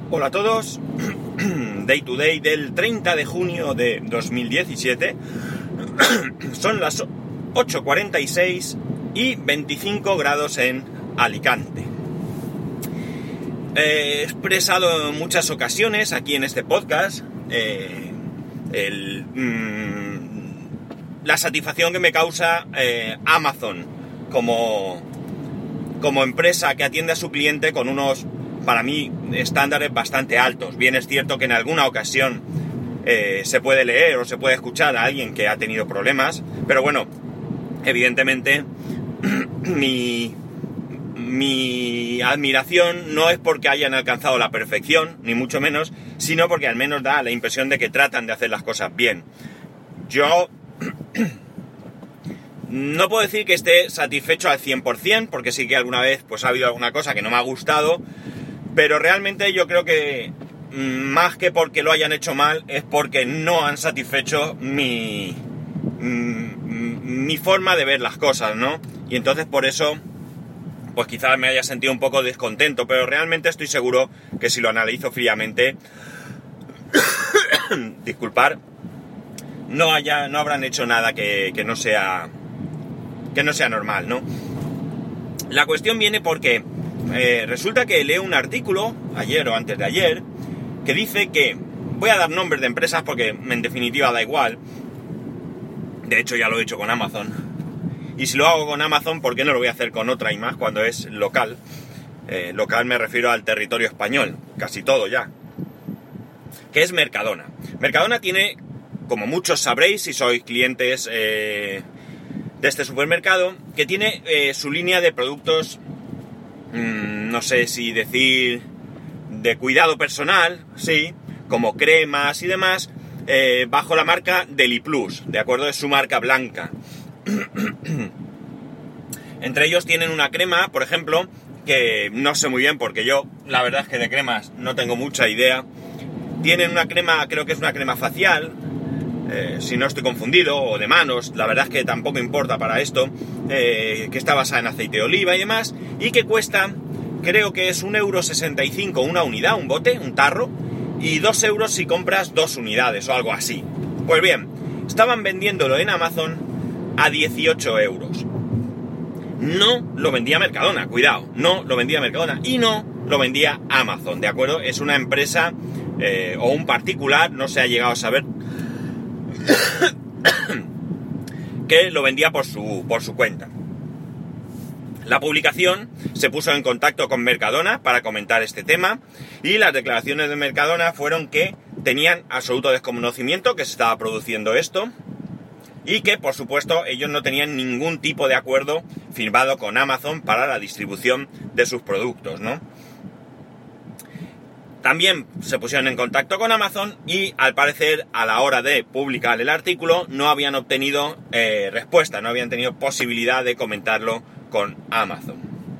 Hola a todos, Day to Day del 30 de junio de 2017, son las 8:46 y 25 grados en Alicante. He expresado en muchas ocasiones aquí en este podcast la satisfacción que me causa Amazon como empresa que atiende a su cliente con unos, para mí, estándares bastante altos. Bien es cierto que en alguna ocasión se puede leer o se puede escuchar a alguien que ha tenido problemas, pero bueno, evidentemente mi admiración no es porque hayan alcanzado la perfección, ni mucho menos, sino porque al menos da la impresión de que tratan de hacer las cosas bien. Yo no puedo decir que esté satisfecho al 100%, porque sí que alguna vez pues ha habido alguna cosa que no me ha gustado, pero realmente yo creo que más que porque lo hayan hecho mal, es porque no han satisfecho mi forma de ver las cosas, ¿no? Y entonces por eso, pues quizás me haya sentido un poco descontento, pero realmente estoy seguro que si lo analizo fríamente, disculpar, no habrán hecho nada que no sea normal, ¿no? La cuestión viene porque resulta que leo un artículo, ayer o antes de ayer, que dice que, voy a dar nombres de empresas porque en definitiva da igual, de hecho ya lo he hecho con Amazon, y si lo hago con Amazon, ¿por qué no lo voy a hacer con otra y más cuando es local? Local me refiero al territorio español, casi todo ya, que es Mercadona. Mercadona tiene, como muchos sabréis si sois clientes de este supermercado, que tiene su línea de productos, no sé si decir de cuidado personal, sí, como cremas y demás, bajo la marca Deliplus, ¿de acuerdo? Es su marca blanca. Entre ellos tienen una crema, por ejemplo, que no sé muy bien porque yo la verdad es que de cremas no tengo mucha idea. Tienen una crema, creo que es una crema facial, si no estoy confundido, o de manos, la verdad es que tampoco importa para esto, que está basada en aceite de oliva y demás, y que cuesta, creo que es 1,65 € una unidad, un bote, un tarro, y 2 € si compras 2 unidades o algo así. Pues bien, estaban vendiéndolo en Amazon a 18 €. No lo vendía Mercadona, cuidado, no lo vendía Mercadona y no lo vendía Amazon, ¿de acuerdo? Es una empresa o un particular, no se ha llegado a saber, que lo vendía por su cuenta. La publicación se puso en contacto con Mercadona para comentar este tema y las declaraciones de Mercadona fueron que tenían absoluto desconocimiento que se estaba produciendo esto y que, por supuesto, ellos no tenían ningún tipo de acuerdo firmado con Amazon para la distribución de sus productos, ¿no? También se pusieron en contacto con Amazon y, al parecer, a la hora de publicar el artículo, no habían obtenido respuesta, no habían tenido posibilidad de comentarlo con Amazon.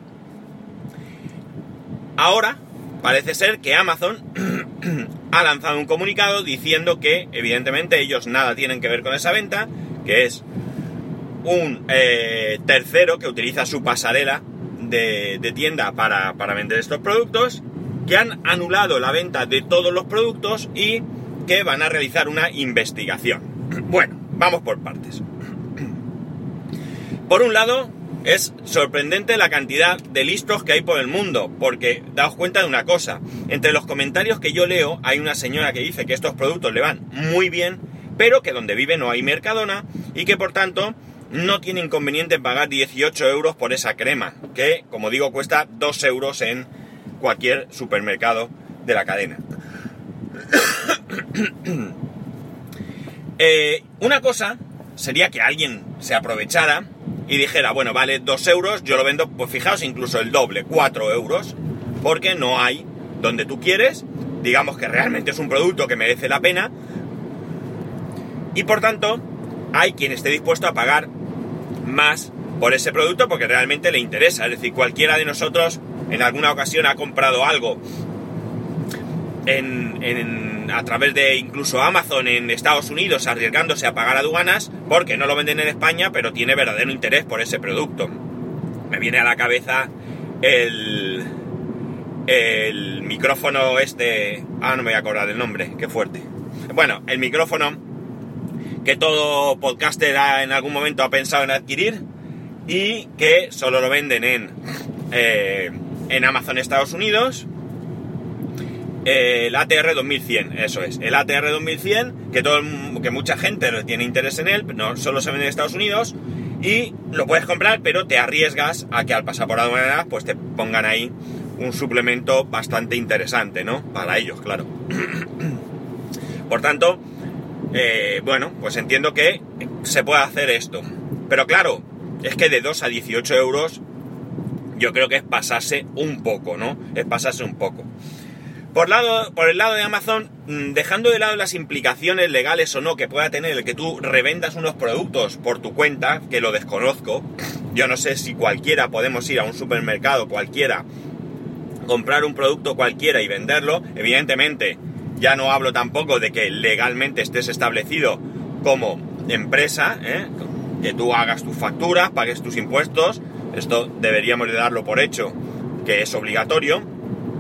Ahora, parece ser que Amazon ha lanzado un comunicado diciendo que, evidentemente, ellos nada tienen que ver con esa venta, que es un tercero que utiliza su pasarela de tienda para vender estos productos, que han anulado la venta de todos los productos y que van a realizar una investigación. Bueno, vamos por partes. Por un lado, es sorprendente la cantidad de listos que hay por el mundo, porque daos cuenta de una cosa, entre los comentarios que yo leo hay una señora que dice que estos productos le van muy bien, pero que donde vive no hay Mercadona y que por tanto no tiene inconveniente en pagar 18 € por esa crema, que como digo cuesta 2 € en cualquier supermercado de la cadena. Una cosa sería que alguien se aprovechara y dijera, bueno, vale 2 €, yo lo vendo, pues fijaos, incluso el doble, 4 €, porque no hay donde tú quieres, digamos que realmente es un producto que merece la pena, y por tanto hay quien esté dispuesto a pagar más por ese producto porque realmente le interesa. Es decir, cualquiera de nosotros en alguna ocasión ha comprado algo a través de incluso Amazon en Estados Unidos, arriesgándose a pagar aduanas porque no lo venden en España, pero tiene verdadero interés por ese producto. Me viene a la cabeza el el micrófono no me voy a acordar del nombre, qué fuerte. Bueno, el micrófono que todo podcaster en algún momento ha pensado en adquirir y que solo lo venden en Amazon Estados Unidos. El ATR 2100, eso es, el ATR 2100, que mucha gente tiene interés en él, no solo se vende en Estados Unidos, y lo puedes comprar, pero te arriesgas a que al pasar por aduanas pues te pongan ahí un suplemento bastante interesante, ¿no? Para ellos, claro. Por tanto, bueno, pues entiendo que se puede hacer esto. Pero claro, es que de 2 a 18 euros yo creo que es pasarse un poco, ¿no? Es pasarse un poco. Por el lado de Amazon, dejando de lado las implicaciones legales o no que pueda tener el que tú revendas unos productos por tu cuenta, que lo desconozco, yo no sé si cualquiera podemos ir a un supermercado cualquiera, comprar un producto cualquiera y venderlo. Evidentemente, ya no hablo tampoco de que legalmente estés establecido como empresa, que tú hagas tus facturas, pagues tus impuestos. Esto deberíamos de darlo por hecho, que es obligatorio.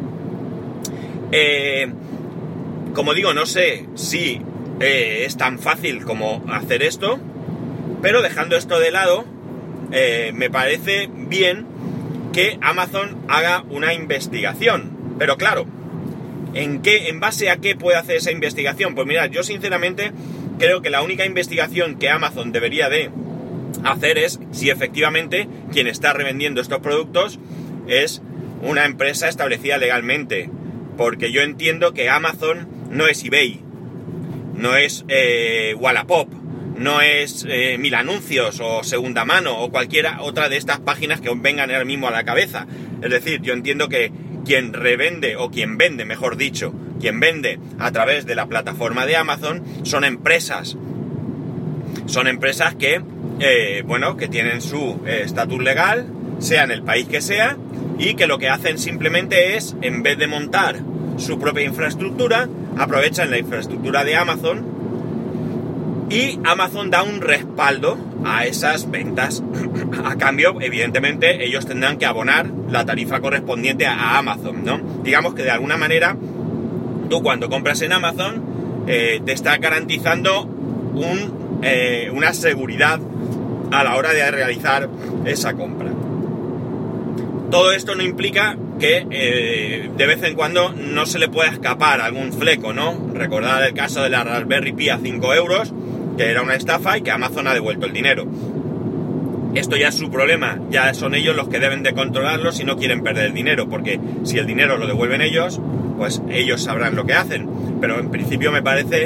Como digo, no sé si es tan fácil como hacer esto, pero dejando esto de lado, me parece bien que Amazon haga una investigación. Pero claro, ¿en base a qué puede hacer esa investigación? Pues mirad, yo sinceramente creo que la única investigación que Amazon debería de hacer es si efectivamente quien está revendiendo estos productos es una empresa establecida legalmente. Porque yo entiendo que Amazon no es eBay, no es Wallapop, no es Mil Anuncios o Segunda Mano o cualquiera otra de estas páginas que os vengan ahora mismo a la cabeza. Es decir, yo entiendo que quien revende, o quien vende, mejor dicho, quien vende a través de la plataforma de Amazon son empresas. Son empresas que, que tienen su estatus legal, sea en el país que sea, y que lo que hacen simplemente es, en vez de montar su propia infraestructura, aprovechan la infraestructura de Amazon y Amazon da un respaldo a esas ventas. A cambio, evidentemente, ellos tendrán que abonar la tarifa correspondiente a Amazon, ¿no? Digamos que de alguna manera, tú cuando compras en Amazon, te está garantizando una seguridad a la hora de realizar esa compra. Todo esto no implica que de vez en cuando no se le pueda escapar algún fleco, ¿no? Recordad el caso de la Raspberry Pi a 5 euros, que era una estafa y que Amazon ha devuelto el dinero. Esto ya es su problema, ya son ellos los que deben de controlarlo si no quieren perder el dinero, porque si el dinero lo devuelven ellos, pues ellos sabrán lo que hacen. Pero en principio me parece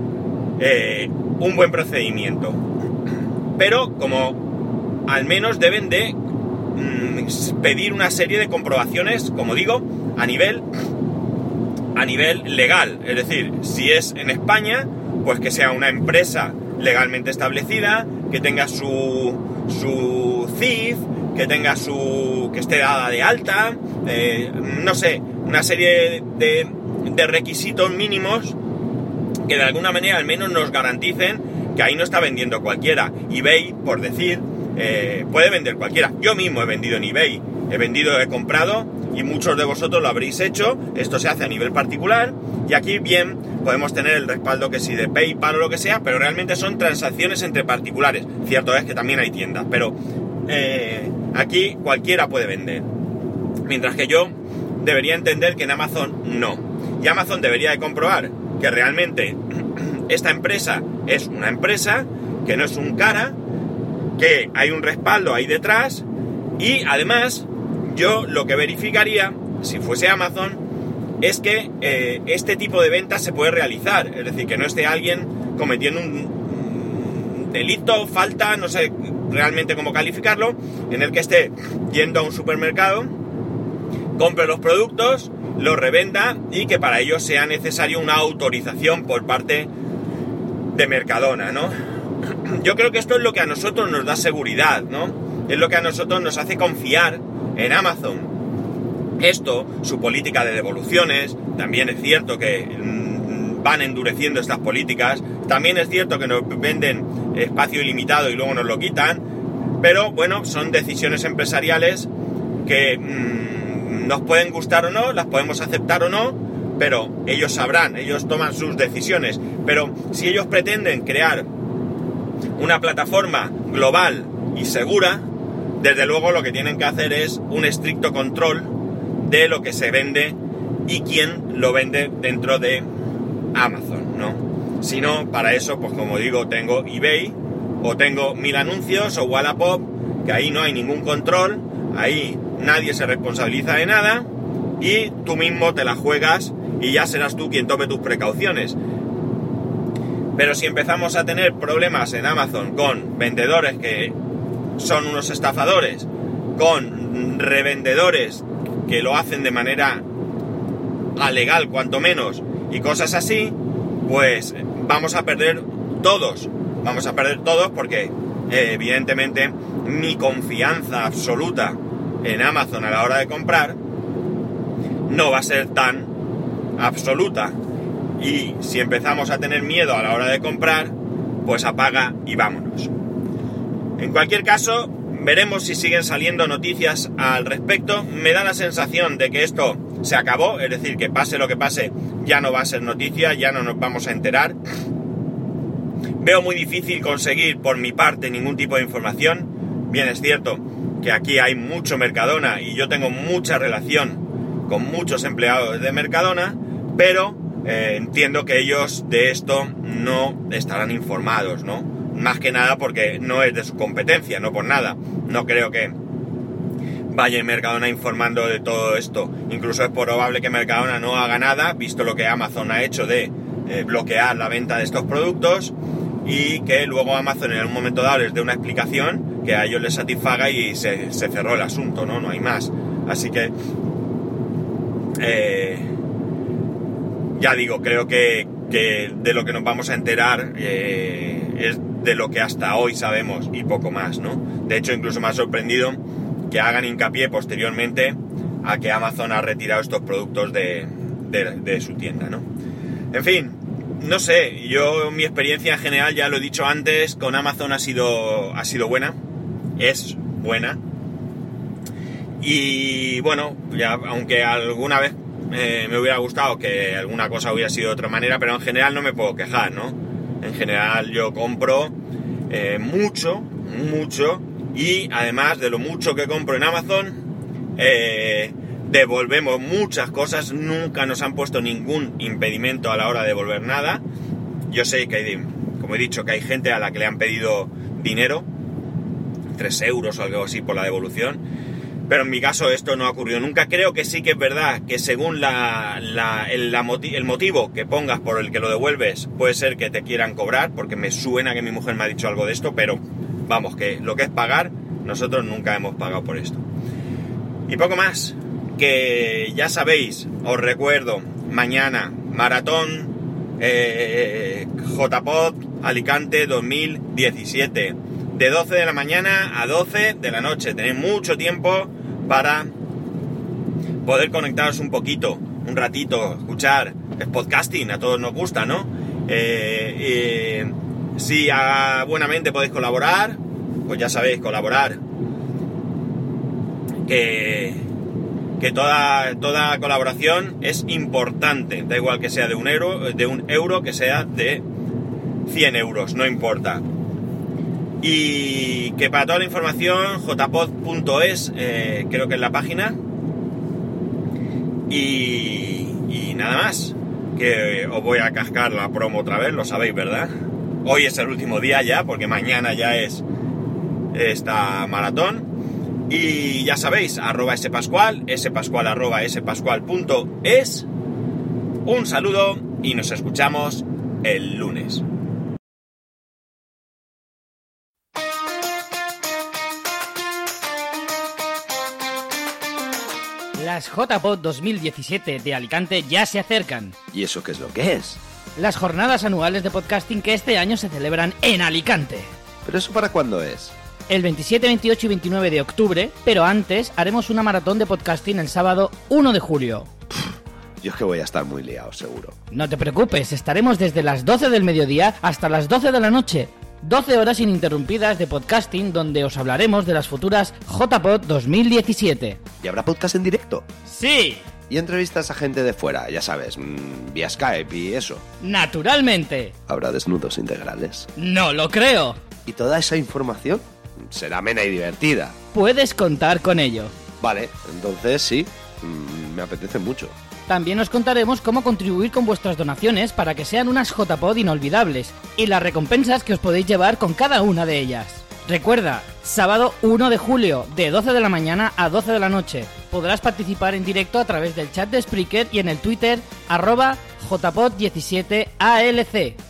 un buen procedimiento. Pero como al menos deben de pedir una serie de comprobaciones, como digo, a nivel legal. Es decir, si es en España, pues que sea una empresa legalmente establecida, que tenga su CIF, que esté dada de alta, no sé, una serie de requisitos mínimos que de alguna manera al menos nos garanticen que ahí no está vendiendo cualquiera. eBay, por decir, puede vender cualquiera. Yo mismo he vendido en eBay, he comprado, y muchos de vosotros lo habréis hecho. Esto se hace a nivel particular, y aquí bien podemos tener el respaldo que sí de PayPal o lo que sea, pero realmente son transacciones entre particulares. Cierto es que también hay tiendas, pero aquí cualquiera puede vender, mientras que yo debería entender que en Amazon no, y Amazon debería de comprobar que realmente esta empresa es una empresa, que no es un cara, que hay un respaldo ahí detrás. Y además yo lo que verificaría, si fuese Amazon, es que este tipo de ventas se puede realizar, es decir, que no esté alguien cometiendo un delito, falta, no sé realmente cómo calificarlo, en el que esté yendo a un supermercado, compre los productos, los revenda, y que para ello sea necesario una autorización por parte de Mercadona, ¿no? Yo creo que esto es lo que a nosotros nos da seguridad, ¿no? Es lo que a nosotros nos hace confiar en Amazon. Esto, su política de devoluciones, también es cierto que van endureciendo estas políticas, también es cierto que nos venden espacio ilimitado y luego nos lo quitan, pero bueno, son decisiones empresariales que nos pueden gustar o no, las podemos aceptar o no, pero ellos sabrán, ellos toman sus decisiones. Pero si ellos pretenden crear una plataforma global y segura, desde luego lo que tienen que hacer es un estricto control de lo que se vende y quién lo vende dentro de Amazon, ¿no? Si no, para eso, pues como digo, tengo eBay, o tengo 1000 anuncios, o Wallapop, que ahí no hay ningún control, ahí nadie se responsabiliza de nada, y tú mismo te la juegas y ya serás tú quien tome tus precauciones. Pero si empezamos a tener problemas en Amazon con vendedores que son unos estafadores, con revendedores que lo hacen de manera alegal cuanto menos y cosas así, pues vamos a perder todos porque evidentemente mi confianza absoluta en Amazon a la hora de comprar no va a ser tan absoluta, y si empezamos a tener miedo a la hora de comprar, pues apaga y vámonos. En cualquier caso, veremos si siguen saliendo noticias al respecto. Me da la sensación de que esto se acabó, es decir, que pase lo que pase, ya no va a ser noticia, ya no nos vamos a enterar. Veo muy difícil conseguir por mi parte ningún tipo de información. Bien, es cierto que aquí hay mucho Mercadona y yo tengo mucha relación con muchos empleados de Mercadona, pero entiendo que ellos de esto no estarán informados, ¿no? Más que nada porque no es de su competencia, no por nada. No creo que vaya Mercadona informando de todo esto. Incluso es probable que Mercadona no haga nada, visto lo que Amazon ha hecho de bloquear la venta de estos productos, y que luego Amazon en un momento dado les dé una explicación que a ellos les satisfaga y se cerró el asunto, ¿no? No hay más. Así que ya digo, creo que de lo que nos vamos a enterar es de lo que hasta hoy sabemos y poco más, ¿no? De hecho, incluso me ha sorprendido que hagan hincapié posteriormente a que Amazon ha retirado estos productos de su tienda, ¿no? En fin, no sé, yo mi experiencia en general, ya lo he dicho antes, con Amazon ha sido buena, es buena, y bueno, ya, aunque alguna vez me hubiera gustado que alguna cosa hubiera sido de otra manera, pero en general no me puedo quejar, ¿no? En general yo compro mucho, y además de lo mucho que compro en Amazon, devolvemos muchas cosas, nunca nos han puesto ningún impedimento a la hora de devolver nada. Yo sé que hay, como he dicho, que hay gente a la que le han pedido dinero, 3 euros o algo así por la devolución, pero en mi caso esto no ha ocurrido nunca. Creo que sí que es verdad que según el motivo que pongas por el que lo devuelves, puede ser que te quieran cobrar, porque me suena que mi mujer me ha dicho algo de esto, pero vamos, que lo que es pagar, nosotros nunca hemos pagado por esto. Y poco más, que ya sabéis, os recuerdo, mañana, maratón JPod Alicante 2017, de 12 de la mañana a 12 de la noche. Tenéis mucho tiempo para poder conectaros un poquito, un ratito, escuchar el podcasting, a todos nos gusta, ¿no? Si buenamente podéis colaborar, pues ya sabéis, colaborar, que toda colaboración es importante, da igual que sea de un euro, que sea de 100 euros, no importa. Y que para toda la información, jpod.es, creo que es la página. Y nada más, que os voy a cascar la promo otra vez, lo sabéis, ¿verdad? Hoy es el último día ya, porque mañana ya es esta maratón. Y ya sabéis, @spascual, spascual@spascual.es. Un saludo y nos escuchamos el lunes. Las JPod 2017 de Alicante ya se acercan. ¿Y eso qué es lo que es? Las jornadas anuales de podcasting que este año se celebran en Alicante. ¿Pero eso para cuándo es? El 27, 28 y 29 de octubre, pero antes haremos una maratón de podcasting el sábado 1 de julio. Yo es que voy a estar muy liado, seguro. No te preocupes, estaremos desde las 12 del mediodía hasta las 12 de la noche. 12 horas ininterrumpidas de podcasting donde os hablaremos de las futuras JPod 2017. ¿Y habrá podcast en directo? ¡Sí! Y entrevistas a gente de fuera, ya sabes, vía Skype y eso. ¡Naturalmente! ¿Habrá desnudos integrales? ¡No lo creo! ¿Y toda esa información? Será amena y divertida. Puedes contar con ello. Vale, entonces sí, me apetece mucho. También os contaremos cómo contribuir con vuestras donaciones para que sean unas JPod inolvidables y las recompensas que os podéis llevar con cada una de ellas. Recuerda, sábado 1 de julio, de 12 de la mañana a 12 de la noche. Podrás participar en directo a través del chat de Spreaker y en el Twitter @JPod17ALC.